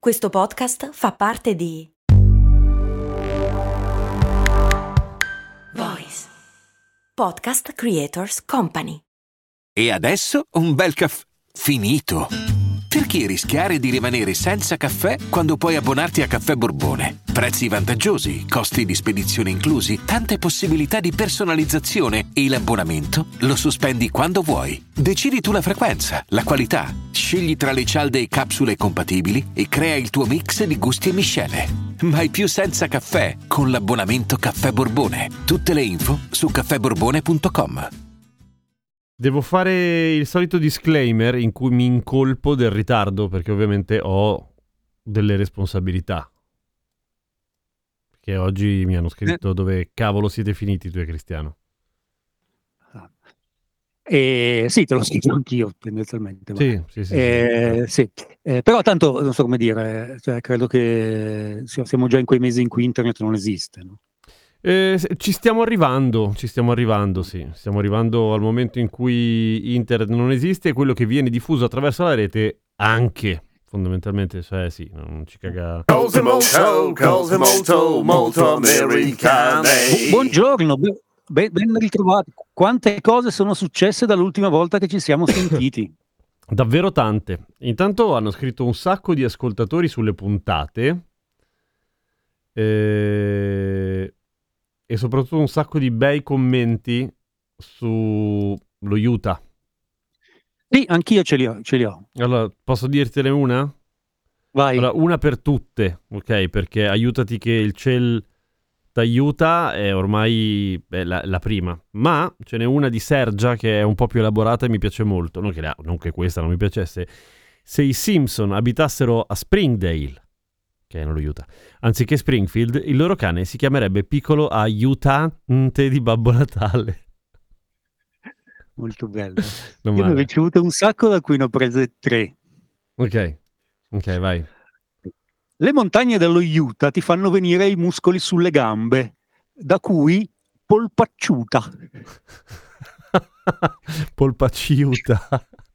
Questo podcast fa parte di Voice Podcast Creators Company. E adesso un bel caffè finito. Perché rischiare di rimanere senza caffè quando puoi abbonarti a Caffè Borbone? Prezzi vantaggiosi, costi di spedizione inclusi, tante possibilità di personalizzazione e l'abbonamento lo sospendi quando vuoi. Decidi tu la frequenza, la qualità, scegli tra le cialde e capsule compatibili e crea il tuo mix di gusti e miscele. Mai più senza caffè con l'abbonamento Caffè Borbone. Tutte le info su caffèborbone.com. Devo fare il solito disclaimer in cui mi incolpo del ritardo, perché ovviamente ho delle responsabilità. Che oggi mi hanno scritto dove cavolo siete finiti tu e Cristiano. Sì, te l'ho scritto anch'io tendenzialmente. Sì. Però tanto non so come dire, cioè, credo che siamo già in quei mesi in cui internet non esiste, no? Ci stiamo arrivando, sì. Stiamo arrivando al momento in cui internet non esiste e quello che viene diffuso attraverso la rete anche, fondamentalmente, cioè sì, non ci caga. Cose molto americane. Buongiorno, ben ritrovati. Quante cose sono successe dall'ultima volta che ci siamo sentiti? Davvero tante. Intanto hanno scritto un sacco di ascoltatori sulle puntate. E soprattutto un sacco di bei commenti su lo Utah. Sì, anch'io ce li ho. Allora, posso dirtene una? Vai. Allora, una per tutte, ok? Perché aiutati che il CEL t'aiuta è ormai la prima. Ma ce n'è una di Sergia che è un po' più elaborata e mi piace molto. Non che questa non mi piacesse. Se i Simpson abitassero a Springdale, che non lo aiuta, anziché Springfield, il loro cane si chiamerebbe Piccolo Aiutante di Babbo Natale. Molto bello. Non Io ne ho male. ricevute un sacco, da cui ne ho prese 3. Ok, vai. Le montagne dello Utah ti fanno venire i muscoli sulle gambe, da cui polpacciuta. Polpacciuta.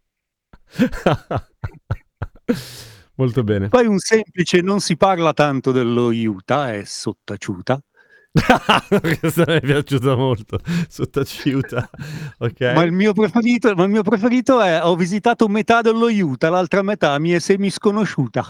Molto bene. Poi un semplice: non si parla tanto dello Utah, è sottaciuta. Questa mi è piaciuta molto. Sottaciuta. Ok. Ma il mio preferito è: ho visitato metà dello Utah, l'altra metà mi è semisconosciuta.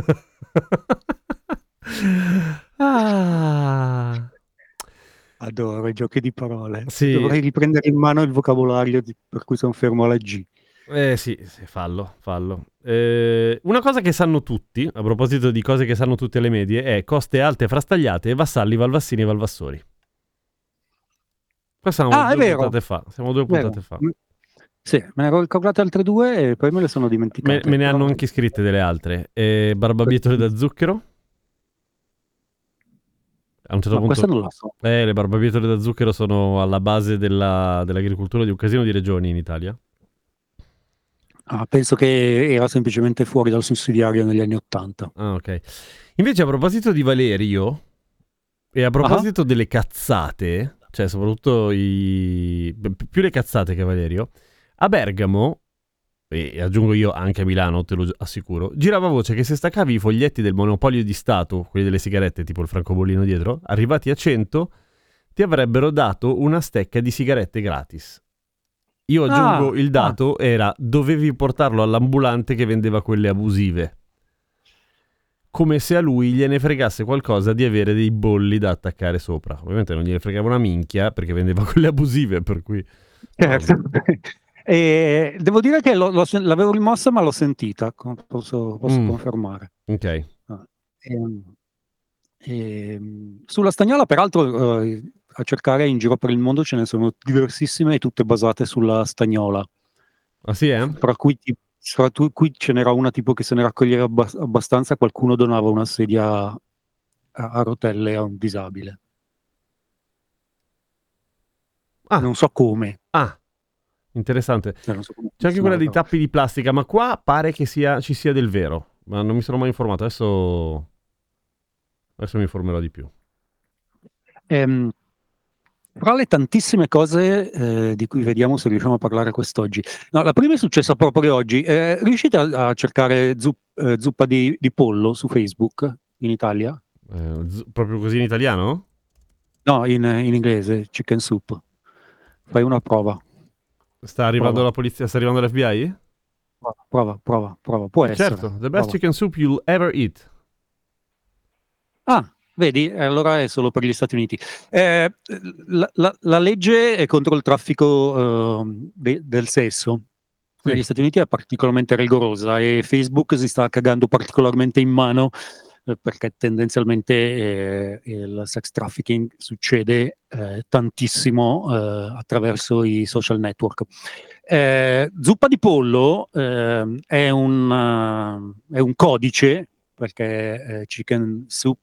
Adoro i giochi di parole. Sì. Dovrei riprendere in mano il vocabolario per cui sono fermo alla G. Sì, fallo. Una cosa che sanno tutti, a proposito di cose che sanno tutte le medie, è coste alte frastagliate, vassalli, valvassini e valvassori. Qua siamo è vero. puntate fa. Siamo 2 puntate fa. Sì, me ne ero ricordate altre 2 e poi me le sono dimenticate. Me ne hanno anche scritte delle altre. Barbabietole da zucchero. A un certo punto, questa non la so. Le barbabietole da zucchero sono alla base dell'agricoltura di un casino di regioni in Italia. Penso che era semplicemente fuori dal sussidiario negli anni '80. Ah, ok. Invece, a proposito di Valerio e a proposito delle cazzate, cioè soprattutto più le cazzate che Valerio, a Bergamo, e aggiungo io anche a Milano, te lo assicuro, girava voce che se staccavi i foglietti del Monopolio di Stato, quelli delle sigarette, tipo il francobollino dietro, arrivati a 100, ti avrebbero dato una stecca di sigarette gratis. Io aggiungo il dato, era: dovevi portarlo all'ambulante che vendeva quelle abusive. Come se a lui gliene fregasse qualcosa di avere dei bolli da attaccare sopra. Ovviamente non gliene fregava una minchia, perché vendeva quelle abusive, per cui... Certo. E devo dire che l'avevo rimossa, ma l'ho sentita, posso confermare. Ok. Sulla stagnola, peraltro, a cercare in giro per il mondo ce ne sono diversissime e tutte basate sulla stagnola. Ah sì, Fra cui ce n'era una tipo che, se ne raccoglieva abbastanza, qualcuno donava una sedia a rotelle a un disabile. Non so come. Interessante. Non so come. C'è anche quella dei tappi di plastica, ma qua pare che ci sia del vero. Ma non mi sono mai informato. Adesso mi informerò di più. Fra le tantissime cose di cui vediamo se riusciamo a parlare quest'oggi. No, la prima è successa proprio oggi. Riuscite a cercare zuppa di pollo su Facebook in Italia? Proprio così in italiano? No, in inglese, chicken soup. Fai una prova. Sta arrivando Prova. la polizia, sta arrivando l'FBI? Prova. Può essere. Certo, the best Prova. chicken soup you'll ever eat. Ah, vedi, allora è solo per gli Stati Uniti. La legge è contro il traffico del sesso. Sì. Negli Stati Uniti è particolarmente rigorosa e Facebook si sta cagando particolarmente in mano perché tendenzialmente il sex trafficking succede tantissimo attraverso i social network. Zuppa di pollo è un codice perché chicken soup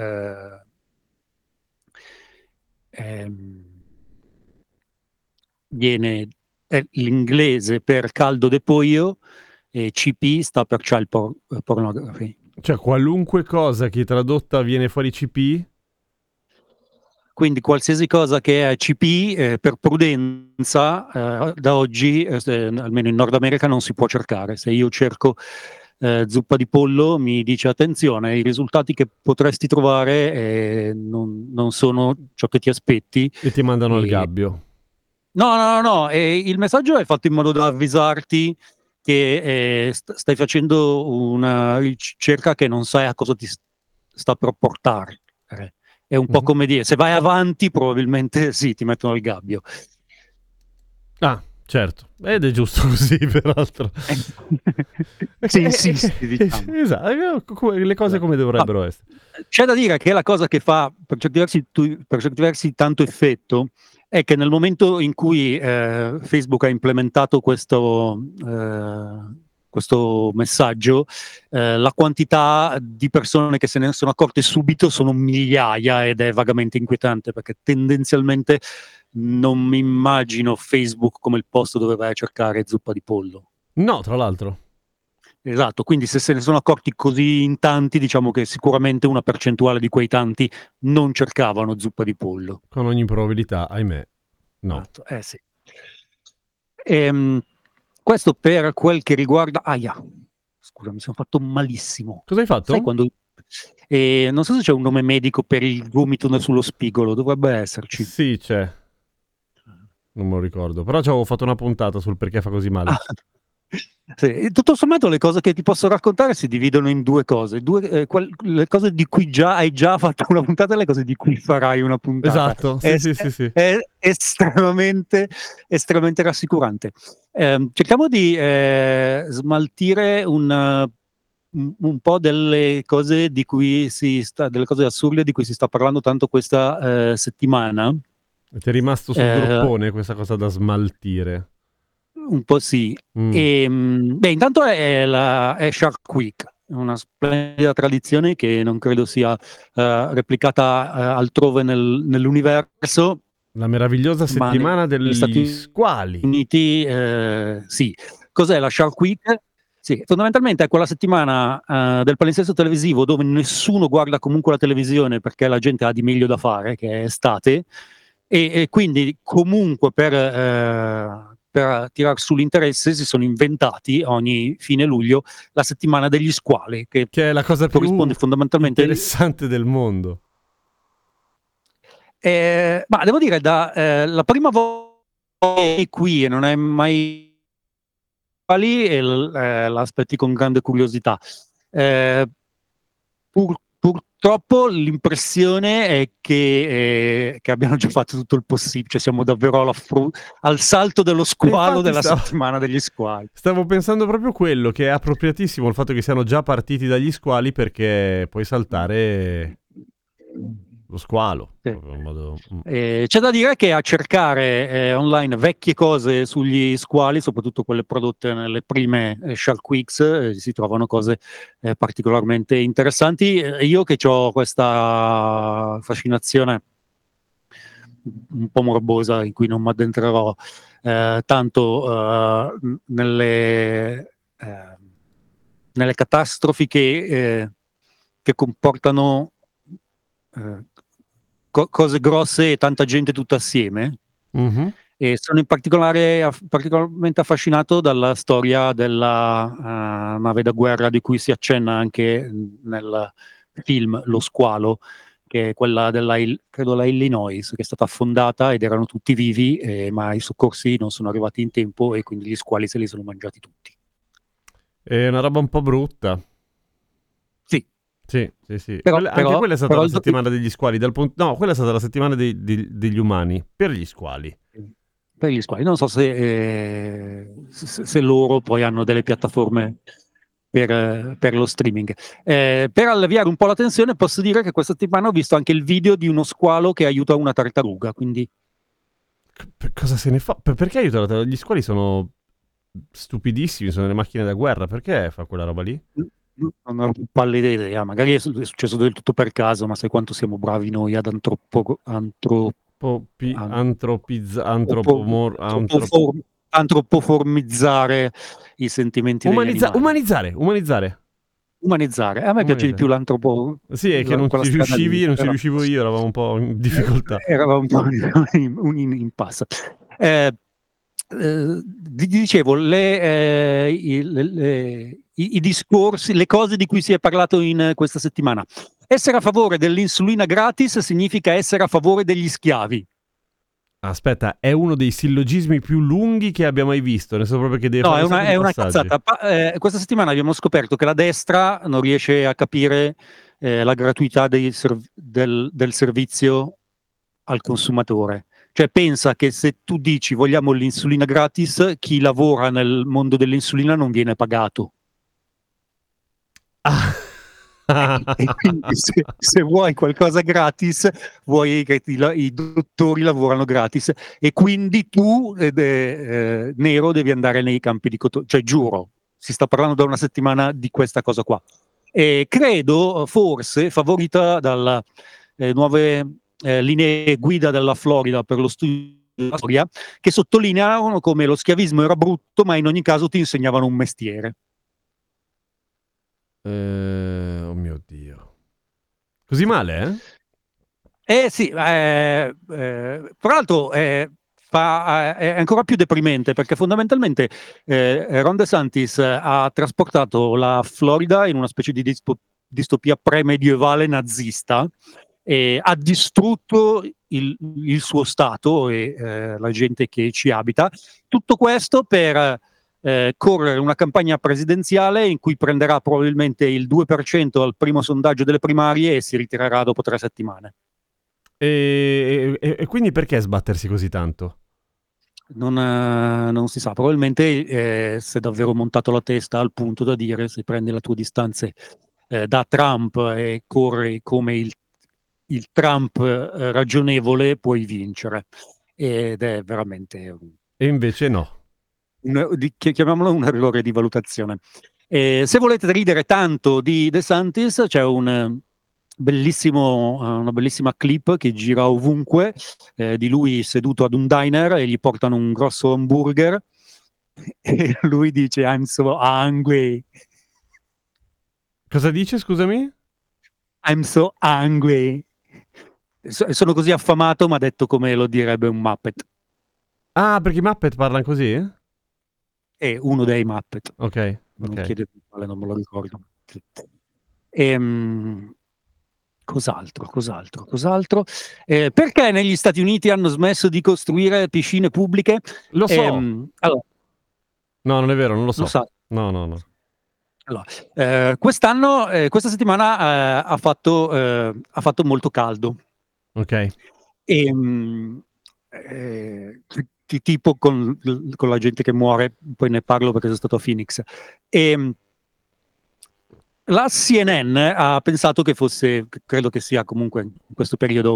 è l'inglese per caldo de pollo e CP sta per child pornography. Cioè, qualunque cosa che tradotta viene fuori CP? Quindi qualsiasi cosa che è CP, per prudenza, da oggi, almeno in Nord America, non si può cercare. Se io cerco zuppa di pollo, mi dice attenzione, i risultati che potresti trovare non sono ciò che ti aspetti. E ti mandano al E- gabbio. No, e il messaggio è fatto in modo da avvisarti che stai facendo una ricerca che non sai a cosa ti sta per portare. È un po' Mhm. come dire, se vai avanti probabilmente sì, ti mettono al gabbio. Ah, certo. Ed è giusto così, peraltro. Sì, diciamo. Esatto, le cose come dovrebbero essere. C'è da dire che la cosa che fa per certi versi tanto effetto è che nel momento in cui Facebook ha implementato questo messaggio, la quantità di persone che se ne sono accorte subito sono migliaia ed è vagamente inquietante perché tendenzialmente non mi immagino Facebook come il posto dove vai a cercare zuppa di pollo. No, tra l'altro. Esatto, quindi se ne sono accorti così in tanti, diciamo che sicuramente una percentuale di quei tanti non cercavano zuppa di pollo. Con ogni probabilità, ahimè. No. Esatto, sì. Questo per quel che riguarda... Aia, scusa, mi sono fatto malissimo. Cosa hai fatto? Sai quando... non so se c'è un nome medico per il gomito sullo spigolo, dovrebbe esserci. Sì, c'è. Non me lo ricordo. Però ci avevo fatto una puntata sul perché fa così male. Sì, tutto sommato le cose che ti posso raccontare si dividono in due cose, le cose di cui già hai già fatto una puntata e le cose di cui farai una puntata. Esatto, sì. È estremamente rassicurante. Cerchiamo di smaltire un po' delle cose delle cose assurde di cui si sta parlando tanto questa settimana. Ti è rimasto sul groppone questa cosa da smaltire. Un po' sì. Intanto è Shark Week, una splendida tradizione che non credo sia replicata altrove nell'universo. La meravigliosa settimana negli Stati degli squali. Uniti, sì. Cos'è la Shark Week? Sì, fondamentalmente è quella settimana del palinsesto televisivo dove nessuno guarda comunque la televisione perché la gente ha di meglio da fare, che è estate, e quindi comunque per tirar su l'interesse si sono inventati ogni fine luglio la settimana degli squali, che è la cosa più corrisponde fondamentalmente interessante del mondo. ma devo dire la prima volta qui e non è mai lì e l'aspetti con grande curiosità. Purtroppo l'impressione è che abbiano già fatto tutto il possibile, cioè siamo davvero al salto dello squalo della settimana degli squali. Stavo pensando proprio quello, che è appropriatissimo il fatto che siano già partiti dagli squali perché puoi saltare lo squalo. Sì. Modo... C'è da dire che a cercare online vecchie cose sugli squali, soprattutto quelle prodotte nelle prime Shark Weeks, si trovano cose particolarmente interessanti. Io che ho questa fascinazione un po' morbosa in cui non mi addentrerò tanto nelle catastrofi che comportano cose grosse e tanta gente tutta assieme. E sono in particolare particolarmente affascinato dalla storia della nave da guerra di cui si accenna anche nel film Lo Squalo, che è quella credo la Illinois, che è stata affondata ed erano tutti vivi, ma i soccorsi non sono arrivati in tempo e quindi gli squali se li sono mangiati tutti. È una roba un po' brutta. Sì. Sì. Anche quella è stata la settimana degli squali. No, quella è stata la settimana degli umani per gli squali. Per gli squali. Non so se loro poi hanno delle piattaforme per lo streaming. Per alleviare un po' la tensione posso dire che questa settimana ho visto anche il video di uno squalo che aiuta una tartaruga, quindi... Cosa se ne fa? Perché aiuta la tartaruga? Gli squali sono stupidissimi, sono le macchine da guerra, perché fa quella roba lì? Non ho pallida idea, magari è successo del tutto per caso, ma sai quanto siamo bravi noi ad antropoformizzare i sentimenti degli animali. Umanizzare. A me piace di più l'antropo. Sì, è che non ci riuscivo io, eravamo un po' in difficoltà. Eravamo un po' in passa. Dicevo, i discorsi, le cose di cui si è parlato in questa settimana. Essere a favore dell'insulina gratis significa essere a favore degli schiavi. Aspetta, è uno dei sillogismi più lunghi che abbia mai visto. Ne so proprio che deve fare è una cazzata. Questa settimana abbiamo scoperto che la destra non riesce a capire la gratuità del servizio al consumatore. Cioè pensa che se tu dici vogliamo l'insulina gratis, chi lavora nel mondo dell'insulina non viene pagato. E quindi se vuoi qualcosa gratis, vuoi che i dottori lavorano gratis e quindi tu, nero, devi andare nei campi di cotone. Cioè giuro, si sta parlando da una settimana di questa cosa qua. E credo, forse, favorita dalle nuove linee guida della Florida per lo studio della storia, che sottolineavano come lo schiavismo era brutto, ma in ogni caso ti insegnavano un mestiere. Oh mio Dio. Così male, Sì, tra l'altro è ancora più deprimente perché fondamentalmente Ron DeSantis ha trasportato la Florida in una specie di distopia pre-medievale nazista e ha distrutto il suo stato e la gente che ci abita. Tutto questo per correre una campagna presidenziale in cui prenderà probabilmente il 2% al primo sondaggio delle primarie e si ritirerà dopo 3 settimane. E quindi perché sbattersi così tanto? Non si sa, probabilmente si è davvero montato la testa al punto da dire se prendi le tue distanze da Trump e corri come il Trump ragionevole puoi vincere, ed è veramente E invece no. chiamiamolo un errore di valutazione. Se volete ridere tanto di DeSantis, c'è una bellissima clip che gira ovunque di lui seduto ad un diner e gli portano un grosso hamburger e lui dice I'm so hungry. Cosa dice, scusami? I'm so hungry. Sono così affamato, ma detto come lo direbbe un Muppet. Ah, perché i Muppet parlano così? È uno dei Muppet. Ok. Non chiedete quale, non me lo ricordo. Cos'altro? Perché negli Stati Uniti hanno smesso di costruire piscine pubbliche? Lo so. Allora, no, non è vero, non lo so. Lo sa. No. Allora, questa settimana ha fatto molto caldo. Ok. Tipo con la gente che muore, poi ne parlo perché sono stato a Phoenix. La CNN ha pensato che fosse, credo che sia comunque in questo periodo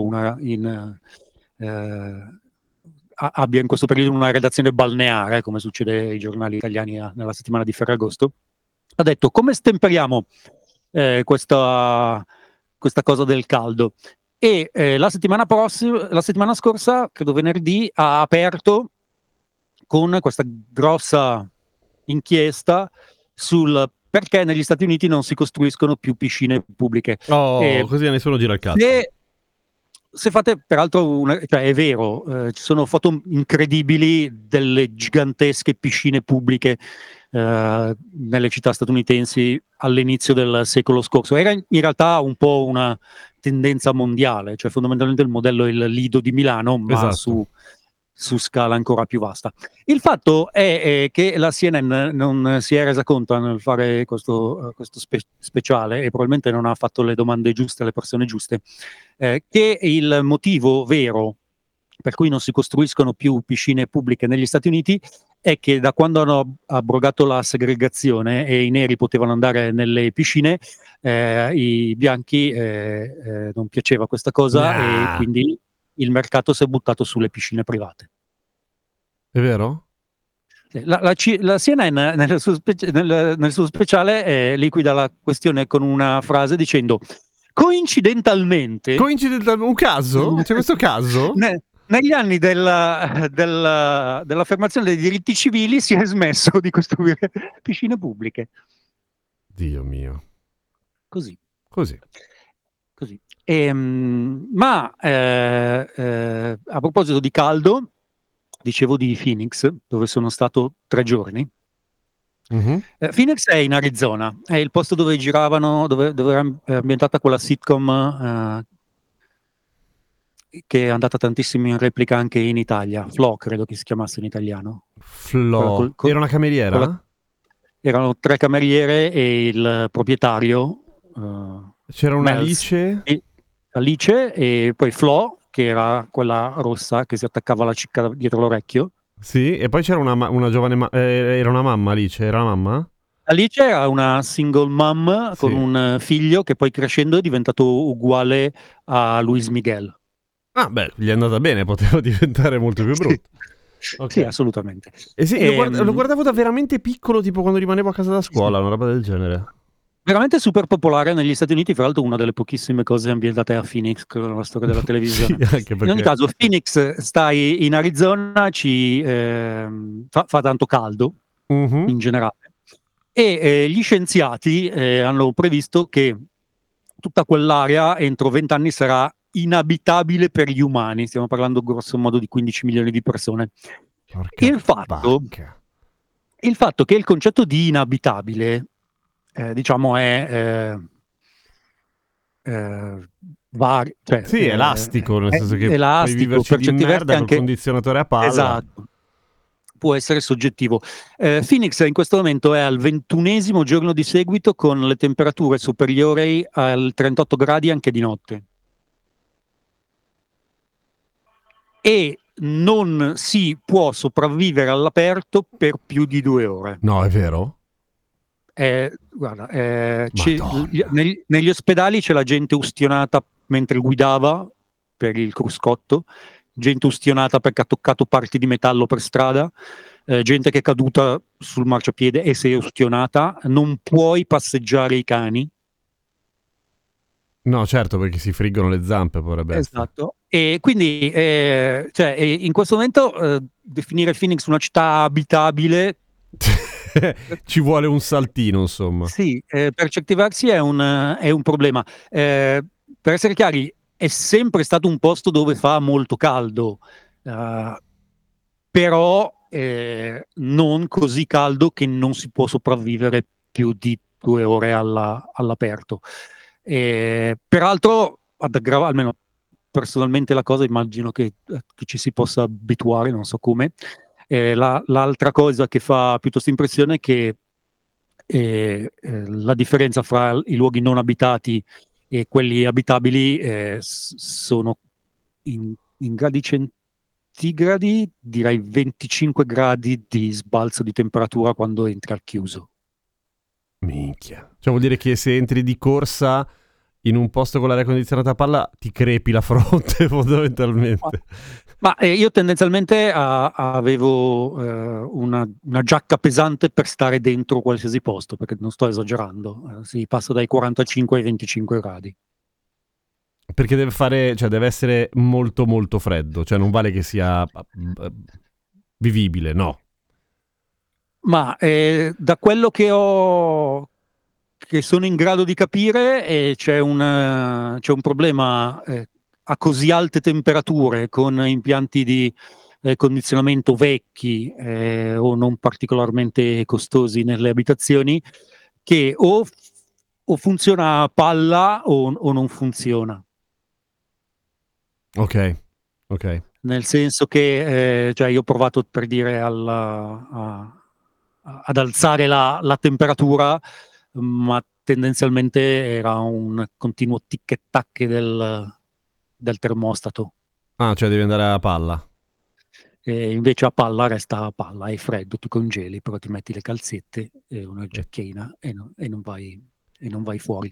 abbia in questo periodo una redazione balneare, come succede ai giornali italiani nella settimana di Ferragosto. Ha detto come stemperiamo questa cosa del caldo. E la settimana scorsa, credo venerdì, ha aperto con questa grossa inchiesta sul perché negli Stati Uniti non si costruiscono più piscine pubbliche. Così nessuno gira il cazzo. se fate peraltro cioè è vero, ci sono foto incredibili delle gigantesche piscine pubbliche nelle città statunitensi all'inizio del secolo scorso. Era in realtà un po' una tendenza mondiale, cioè fondamentalmente il modello è il Lido di Milano, ma Esatto. su scala ancora più vasta. Il fatto è che la CNN non si è resa conto nel fare questo speciale, e probabilmente non ha fatto le domande giuste alle persone giuste, che il motivo vero per cui non si costruiscono più piscine pubbliche negli Stati Uniti è che da quando hanno abrogato la segregazione e i neri potevano andare nelle piscine, i bianchi non piaceva questa cosa e Nah. quindi il mercato si è buttato sulle piscine private. È vero? La CNN nel suo speciale liquida la questione con una frase dicendo: coincidentalmente, Un caso? C'è questo caso? negli anni dell'affermazione dei diritti civili si è smesso di costruire piscine pubbliche. Dio mio. Così. Ma a proposito di caldo, dicevo di Phoenix, dove sono stato 3 giorni. Mhm. Phoenix è in Arizona, è il posto dove giravano, dove era ambientata quella sitcom che è andata tantissimo in replica anche in Italia. Flo, credo che si chiamasse in italiano. Flo. Era una cameriera? Erano 3 cameriere e il proprietario. C'era una Mels, Alice? e poi Flo, che era quella rossa che si attaccava la cicca dietro l'orecchio. Sì, e poi c'era una giovane era una mamma Alice, era la mamma? Alice era una single mom con Sì. un figlio che poi crescendo è diventato uguale a Luis Miguel. Ah, beh, gli è andata bene, poteva diventare molto più brutto. Ok. Sì, assolutamente. E sì, lo guardavo da veramente piccolo, tipo quando rimanevo a casa da scuola, una roba del genere. Veramente super popolare negli Stati Uniti, fra l'altro una delle pochissime cose ambientate a Phoenix nella storia della televisione. Sì, anche perché... In ogni caso, Phoenix stai in Arizona, fa tanto caldo in generale, e gli scienziati hanno previsto che tutta quell'area entro 20 anni sarà inabitabile per gli umani, stiamo parlando grosso modo di 15 milioni di persone. Il fatto che il concetto di inabitabile diciamo è vario, cioè, sì, elastico, nel senso che puoi elastico, viverci per di certi versi merda col anche condizionatore a palla. esatto, può essere soggettivo. Phoenix in questo momento è al 21esimo giorno di seguito con le temperature superiori al 38 gradi anche di notte. E non si può sopravvivere all'aperto per più di 2 ore. No, è vero? Guarda, Madonna. negli ospedali c'è la gente ustionata mentre guidava per il cruscotto, gente ustionata perché ha toccato parti di metallo per strada, gente che è caduta sul marciapiede e si è ustionata. Non puoi passeggiare i cani. No, certo, perché si friggono le zampe, povere bestie. Esatto. E quindi in questo momento definire Phoenix una città abitabile ci vuole un saltino, insomma. sì, per certi versi è un problema. Per essere chiari, è sempre stato un posto dove fa molto caldo, però non così caldo che non si può sopravvivere più di 2 ore all'aperto. Peraltro, almeno personalmente la cosa, immagino che ci si possa abituare, non so come. L'altra cosa che fa piuttosto impressione è che la differenza fra i luoghi non abitati e quelli abitabili sono in gradi centigradi, direi 25 gradi di sbalzo di temperatura quando entri al chiuso. Minchia. Cioè vuol dire che se entri di corsa in un posto con l'aria condizionata a palla ti crepi la fronte fondamentalmente. Ma io tendenzialmente avevo una giacca pesante per stare dentro qualsiasi posto, perché non sto esagerando, si passa dai 45 ai 25 gradi. Perché deve essere molto molto freddo, cioè non vale che sia vivibile, no. Ma da quello che sono in grado di capire, c'è un problema a così alte temperature, con impianti di condizionamento vecchi o non particolarmente costosi nelle abitazioni, che o funziona a palla o non funziona. Ok. Nel senso che cioè io ho provato, per dire, ad alzare la temperatura, ma tendenzialmente era un continuo tic e tac del termostato. Ah, cioè devi andare a palla. E invece a palla resta a palla, è freddo, tu congeli, però ti metti le calzette e una giacchina e non vai fuori.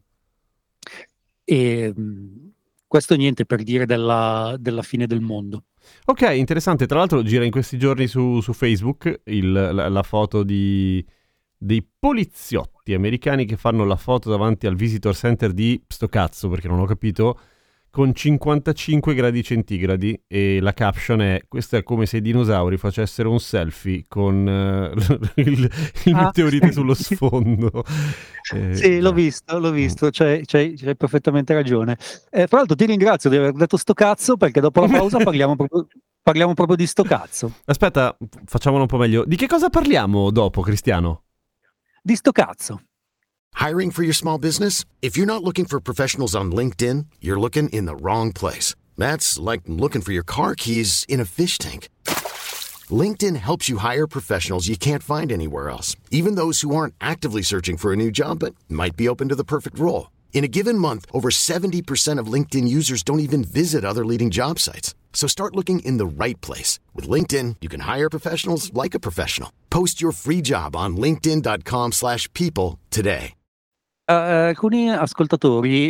E questo niente per dire della fine del mondo. Ok, interessante. Tra l'altro gira in questi giorni su Facebook la foto dei poliziotti americani che fanno la foto davanti al visitor center di sto cazzo, perché non ho capito, con 55 gradi centigradi, e la caption è: questo è come se i dinosauri facessero un selfie con il meteorite sullo sfondo. Sì, l'ho visto, c'hai perfettamente ragione. Tra l'altro ti ringrazio di aver detto sto cazzo, perché dopo la pausa parliamo proprio di sto cazzo. Aspetta, facciamolo un po' meglio. Di che cosa parliamo dopo, Cristiano? Di sto cazzo. Hiring for your small business? If you're not looking for professionals on LinkedIn, you're looking in the wrong place. That's like looking for your car keys in a fish tank. LinkedIn helps you hire professionals you can't find anywhere else, even those who aren't actively searching for a new job but might be open to the perfect role. In a given month, over 70% of LinkedIn users don't even visit other leading job sites. So start looking in the right place. With LinkedIn, you can hire professionals like a professional. Post your free job on linkedin.com/people today. Alcuni ascoltatori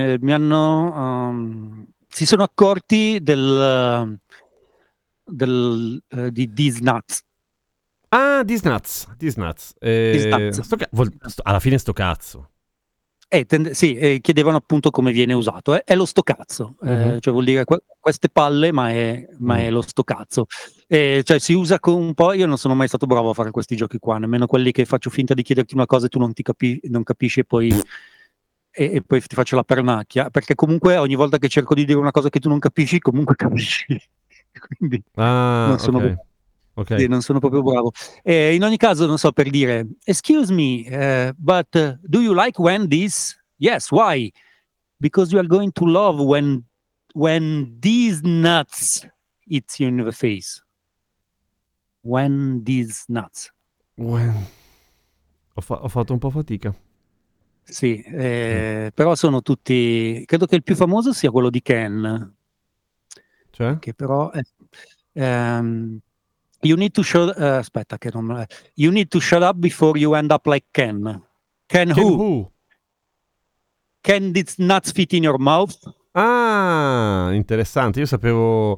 si sono accorti di These Nuts. Ah, These Nuts. Alla fine sto cazzo. Sì, chiedevano appunto come viene usato. È lo sto cazzo, cioè vuol dire queste palle, ma è lo sto cazzo. Cioè si usa con un po'. Io non sono mai stato bravo a fare questi giochi qua, nemmeno quelli che faccio finta di chiederti una cosa e tu non capisci e poi ti faccio la pernacchia, perché comunque ogni volta che cerco di dire una cosa che tu non capisci, comunque capisci. Quindi non sono ok. non sono proprio bravo. In ogni caso, non so, per dire, excuse me, but do you like when this? Yes, why? Because you are going to love when these nuts hits you in the face. When these nuts. Ho fatto un po' fatica. Sì, però sono tutti. Credo che il più famoso sia quello di Ken. Cioè? Che però è. You need to aspetta, che non. You need to shut up before you end up like Ken. Ken who? Can these nuts fit in your mouth? Ah, interessante. Io sapevo.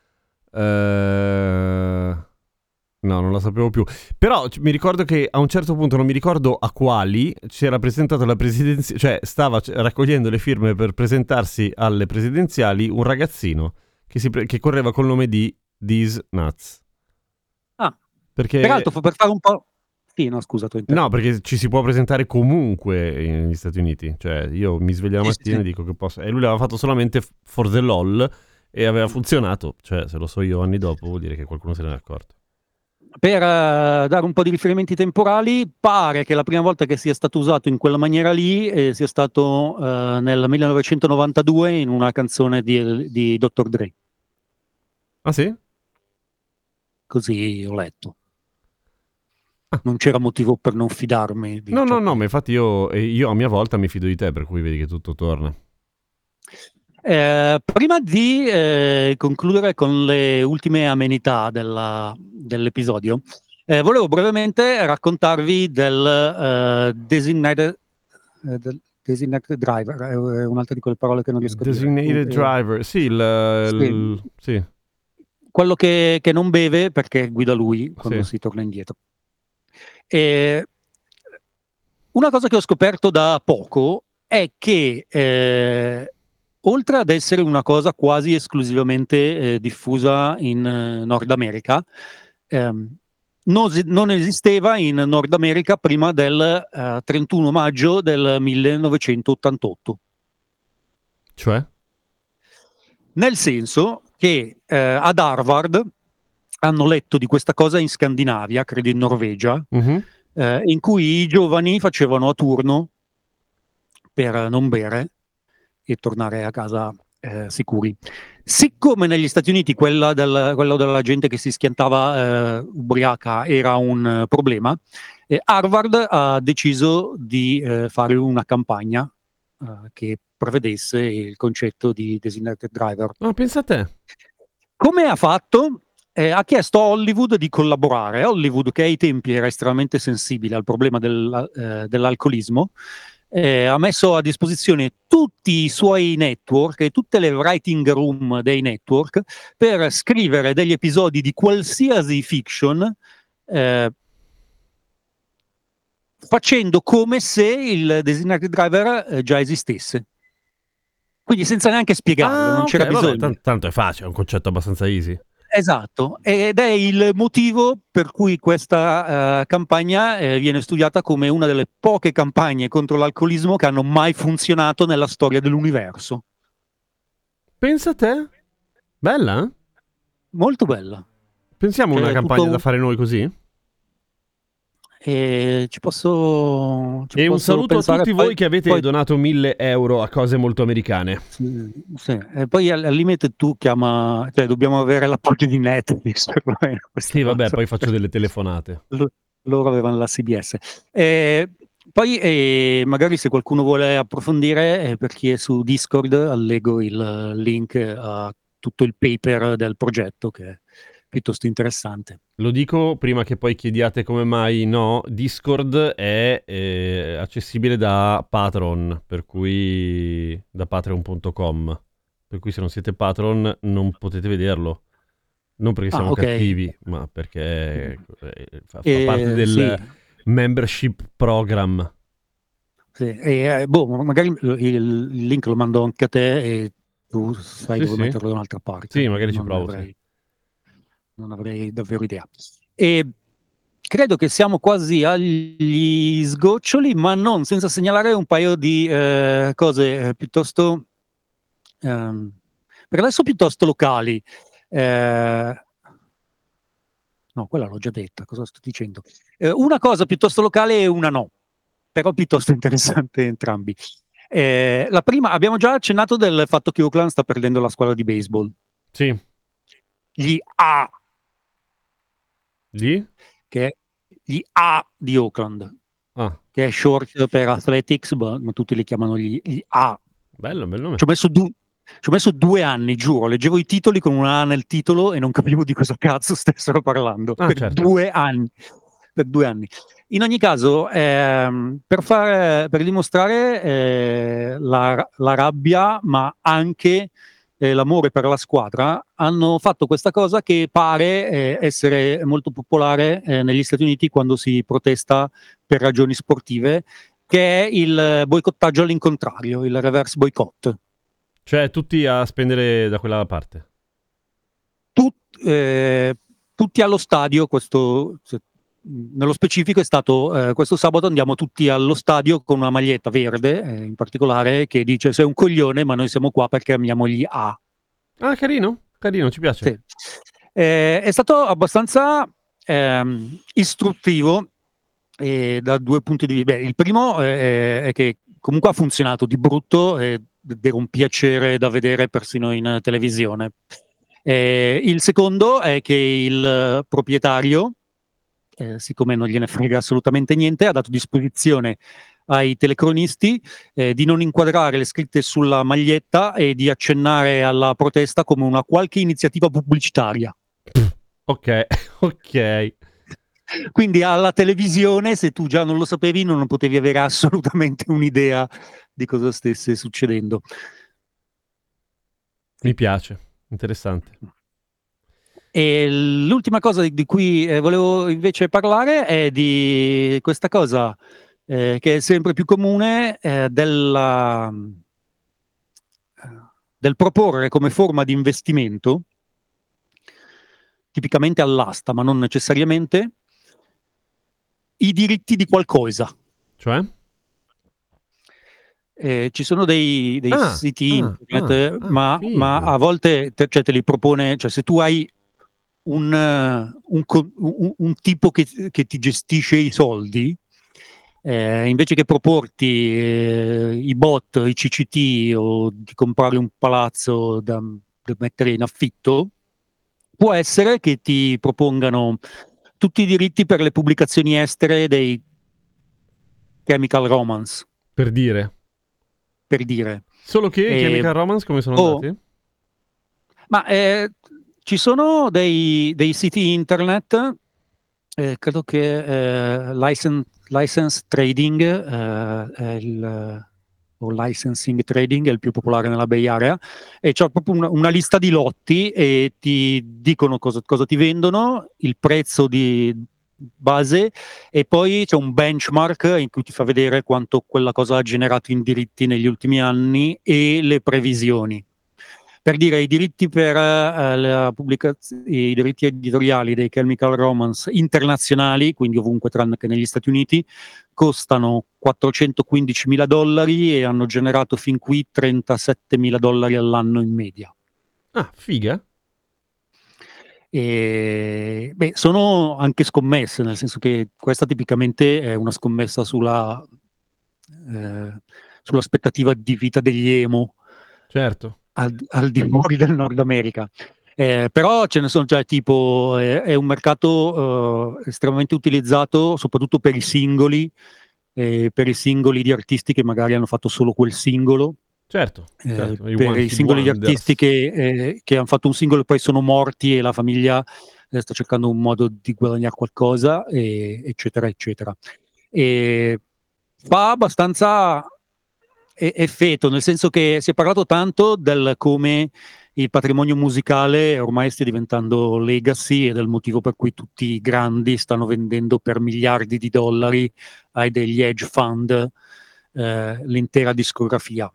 No, non la sapevo più. Però mi ricordo che a un certo punto, non mi ricordo a quali, c'era presentato la presidenziale, cioè stava raccogliendo le firme per presentarsi alle presidenziali un ragazzino che correva col nome di These Nuts. Ah, perché peraltro per fare un po'. Sì, no, scusa, tu no, perché ci si può presentare comunque negli Stati Uniti. Cioè, io mi sveglio la mattina e dico che posso. E lui l'aveva fatto solamente for the lol e aveva funzionato. Cioè, se lo so io anni dopo, vuol dire che qualcuno se ne è accorto. Per dare un po' di riferimenti temporali, pare che la prima volta che sia stato usato in quella maniera lì sia stato nel 1992 in una canzone di Dr. Dre. Ah sì? Così ho letto. Non c'era motivo per non fidarmi. No, ma infatti io a mia volta mi fido di te, per cui vedi che tutto torna. Prima di concludere con le ultime amenità dell'episodio, volevo brevemente raccontarvi del designated driver, è un'altra di quelle parole che non riesco a dire. Designated driver, sì, sì. Quello che non beve perché guida lui quando si torna indietro. Una cosa che ho scoperto da poco è che oltre ad essere una cosa quasi esclusivamente diffusa in Nord America, non esisteva in Nord America prima del 31 maggio del 1988. Cioè? nel senso che ad Harvard hanno letto di questa cosa in Scandinavia, credo in Norvegia, in cui i giovani facevano a turno per non bere e tornare a casa sicuri. Siccome negli Stati Uniti quello della gente che si schiantava ubriaca era un problema, Harvard ha deciso di fare una campagna che prevedesse il concetto di designated driver. Pensa a te. Come ha fatto? Ha chiesto a Hollywood di collaborare. Hollywood, che ai tempi era estremamente sensibile al problema dell'alcolismo, ha messo a disposizione tutti i suoi network e tutte le writing room dei network per scrivere degli episodi di qualsiasi fiction facendo come se il designated driver già esistesse. Quindi senza neanche spiegarlo, non c'era bisogno. Vabbè, tanto è facile, è un concetto abbastanza easy. Esatto, ed è il motivo per cui questa campagna viene studiata come una delle poche campagne contro l'alcolismo che hanno mai funzionato nella storia dell'universo. Pensa a te? Bella? Molto bella. Pensiamo a una campagna da fare noi così? Ci posso un saluto a tutti voi che avete donato 1.000 euro a cose molto americane. Sì. E poi al limite tu chiama, cioè dobbiamo avere l'appoggio di Netflix perlomeno. Sì, vabbè, poi faccio delle telefonate. Loro avevano la CBS. Poi magari se qualcuno vuole approfondire, per chi è su Discord, allego il link a tutto il paper del progetto che è piuttosto interessante. Lo dico prima che poi chiediate come mai no. Discord è accessibile da Patreon, per cui da patreon.com, per cui se non siete Patreon non potete vederlo. Non perché siamo cattivi, ma perché fa parte del membership program. Sì, magari il link lo mando anche a te e tu sai dove metterlo da un'altra parte. Sì, magari ci provo. Non avrei davvero idea. E credo che siamo quasi agli sgoccioli, ma non senza segnalare un paio di cose piuttosto per adesso piuttosto locali. No, quella l'ho già detta, cosa sto dicendo? Una cosa piuttosto locale e una no, però piuttosto interessante entrambi. La prima, abbiamo già accennato del fatto che Oakland sta perdendo la squadra di baseball. Sì. Gli A. Gli? Che è gli A di Oakland. Che è short per athletics, ma tutti li chiamano gli A. Bello, bel nome. Ci ho messo 2 anni, giuro. Leggevo i titoli con una A nel titolo e non capivo di cosa cazzo stessero parlando. Per 2 anni. Per 2 anni. In ogni caso, per dimostrare la rabbia, ma anche l'amore per la squadra, hanno fatto questa cosa che pare essere molto popolare negli Stati Uniti quando si protesta per ragioni sportive, che è il boicottaggio all'incontrario, il reverse boycott. Cioè tutti a spendere da quella parte? Tutti allo stadio, nello specifico è stato questo sabato andiamo tutti allo stadio con una maglietta verde, in particolare, che dice sei un coglione ma noi siamo qua perché amiamo gli A. Ah, carino, ci piace. Sì. È stato abbastanza istruttivo da 2 punti di vista. Il primo è che comunque ha funzionato di brutto ed era un piacere da vedere persino in televisione. Il secondo è che il proprietario, siccome non gliene frega assolutamente niente, ha dato disposizione ai telecronisti di non inquadrare le scritte sulla maglietta e di accennare alla protesta come una qualche iniziativa pubblicitaria. Ok. Quindi alla televisione, se tu già non lo sapevi, non potevi avere assolutamente un'idea di cosa stesse succedendo. Mi piace, interessante. E l'ultima cosa di cui volevo invece parlare è di questa cosa che è sempre più comune del proporre come forma di investimento, tipicamente all'asta, ma non necessariamente, i diritti di qualcosa. Cioè? Ci sono dei siti internet, ma figo. a volte te li propone, cioè se tu hai un tipo che ti gestisce i soldi, invece che proporti i bot, i CCT o di comprare un palazzo da mettere in affitto, può essere che ti propongano tutti i diritti per le pubblicazioni estere dei Chemical Romance, Per dire. per dire. Solo che i Chemical Romance come sono andati? Ma ci sono dei siti internet, credo che license trading o licensing trading è il più popolare nella Bay Area, e c'è proprio una lista di lotti e ti dicono cosa ti vendono, il prezzo di base, e poi c'è un benchmark in cui ti fa vedere quanto quella cosa ha generato in diritti negli ultimi anni e le previsioni. Per dire, i diritti per i diritti editoriali dei Chemical Romance internazionali, quindi ovunque tranne che negli Stati Uniti, costano $415.000 e hanno generato fin qui $37.000 all'anno in media. Ah, figa. E, sono anche scommesse, nel senso che questa tipicamente è una scommessa sull'aspettativa di vita degli emo. Certo. Al di fuori del Nord America. Però ce ne sono, cioè, tipo, è un mercato estremamente utilizzato soprattutto per i singoli di artisti che magari hanno fatto solo quel singolo. Certo. Per i singoli di artisti che hanno fatto un singolo e poi sono morti e la famiglia sta cercando un modo di guadagnare qualcosa, eccetera, eccetera. E fa abbastanza effetto, nel senso che si è parlato tanto del come il patrimonio musicale ormai stia diventando legacy, ed è il motivo per cui tutti i grandi stanno vendendo per miliardi di dollari ai degli hedge fund l'intera discografia.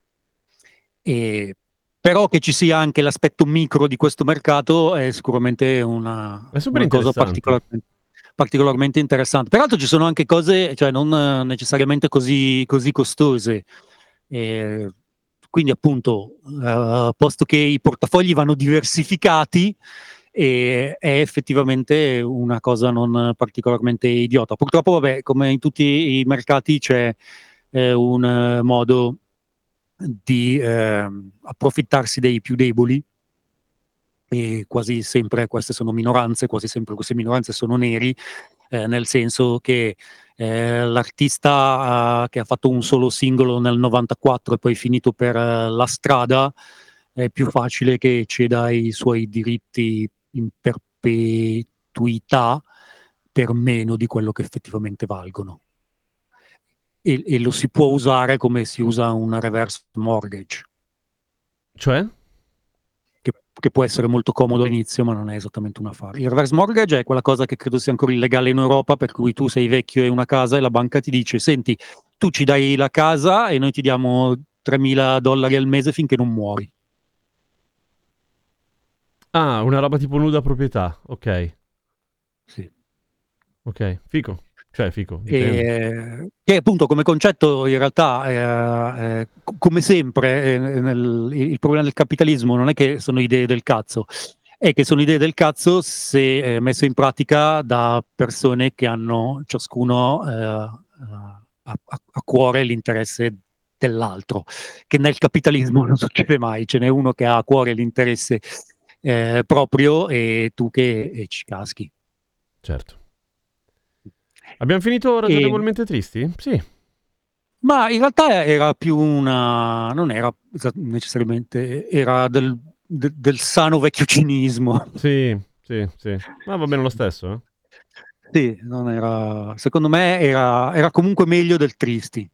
Però che ci sia anche l'aspetto micro di questo mercato è sicuramente una cosa particolarmente interessante. Peraltro ci sono anche cose, cioè non necessariamente così costose. Quindi appunto, posto che i portafogli vanno diversificati, è effettivamente una cosa non particolarmente idiota. Purtroppo, vabbè, come in tutti i mercati c'è un modo di approfittarsi dei più deboli, e quasi sempre queste sono minoranze, quasi sempre queste minoranze sono neri, nel senso che l'artista che ha fatto un solo singolo nel 94 e poi finito per la strada, è più facile che ceda i suoi diritti in perpetuità per meno di quello che effettivamente valgono. E lo si può usare come si usa un reverse mortgage. Cioè? Che può essere molto comodo all'inizio, ma non è esattamente un affare. Il reverse mortgage è quella cosa che credo sia ancora illegale in Europa, per cui tu sei vecchio e hai una casa e la banca ti dice: senti, tu ci dai la casa e noi ti diamo $3.000 al mese finché non muori. Ah, una roba tipo nuda proprietà, ok. Sì. Ok, fico. Cioè, fico. Che appunto come concetto in realtà, come sempre, il problema del capitalismo non è che sono idee del cazzo, è che sono idee del cazzo se messe in pratica da persone che hanno ciascuno a cuore l'interesse dell'altro, che nel capitalismo non succede mai. Ce n'è uno che ha a cuore l'interesse proprio, e tu che ci caschi. Certo. Abbiamo finito ragionevolmente tristi? Sì. Ma in realtà era più non era necessariamente, era del sano vecchio cinismo. Sì. Ma va bene lo stesso, eh? Sì, non era, secondo me era comunque meglio del tristi.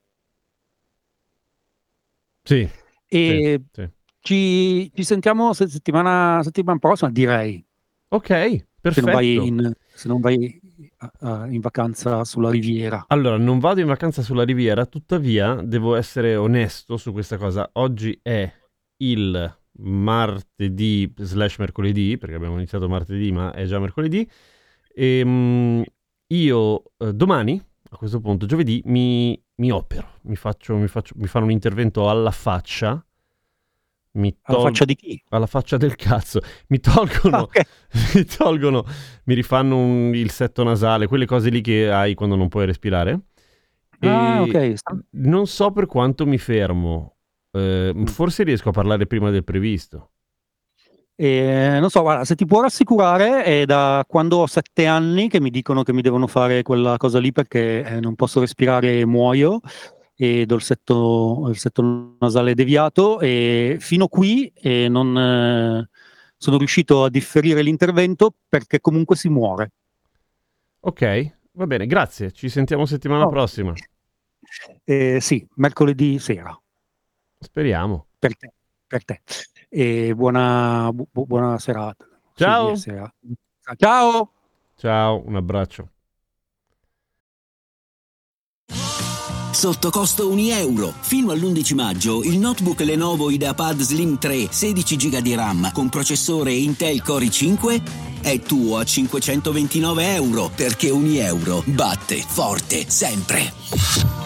Sì. E sì. ci sentiamo settimana prossima, direi. Ok, perfetto. Se non vai in vacanza sulla Riviera. Allora, non vado in vacanza sulla Riviera, tuttavia devo essere onesto su questa cosa. Oggi è il martedì/mercoledì, perché abbiamo iniziato martedì, ma è già mercoledì. Io domani, a questo punto, giovedì, mi mi opero, mi fanno un intervento alla faccia. Alla faccia di chi? Alla faccia del cazzo. Mi tolgono, mi rifanno il setto nasale, quelle cose lì che hai quando non puoi respirare. Ok. Non so per quanto mi fermo. Forse riesco a parlare prima del previsto. Non so, guarda, se ti può rassicurare, è da quando ho 7 anni che mi dicono che mi devono fare quella cosa lì perché non posso respirare e muoio. E do il setto nasale deviato, e fino qui non sono riuscito a differire l'intervento perché comunque si muore. Ok, va bene, grazie, ci sentiamo settimana prossima. Sì, mercoledì sera. Speriamo. Per te. E buona serata. Ciao. Sì, ciao. Ciao, un abbraccio. Sotto costo €1. Fino all'11 maggio il notebook Lenovo IdeaPad Slim 3 16 GB di RAM con processore Intel Core i5 è tuo a €529, perché €1 batte forte sempre.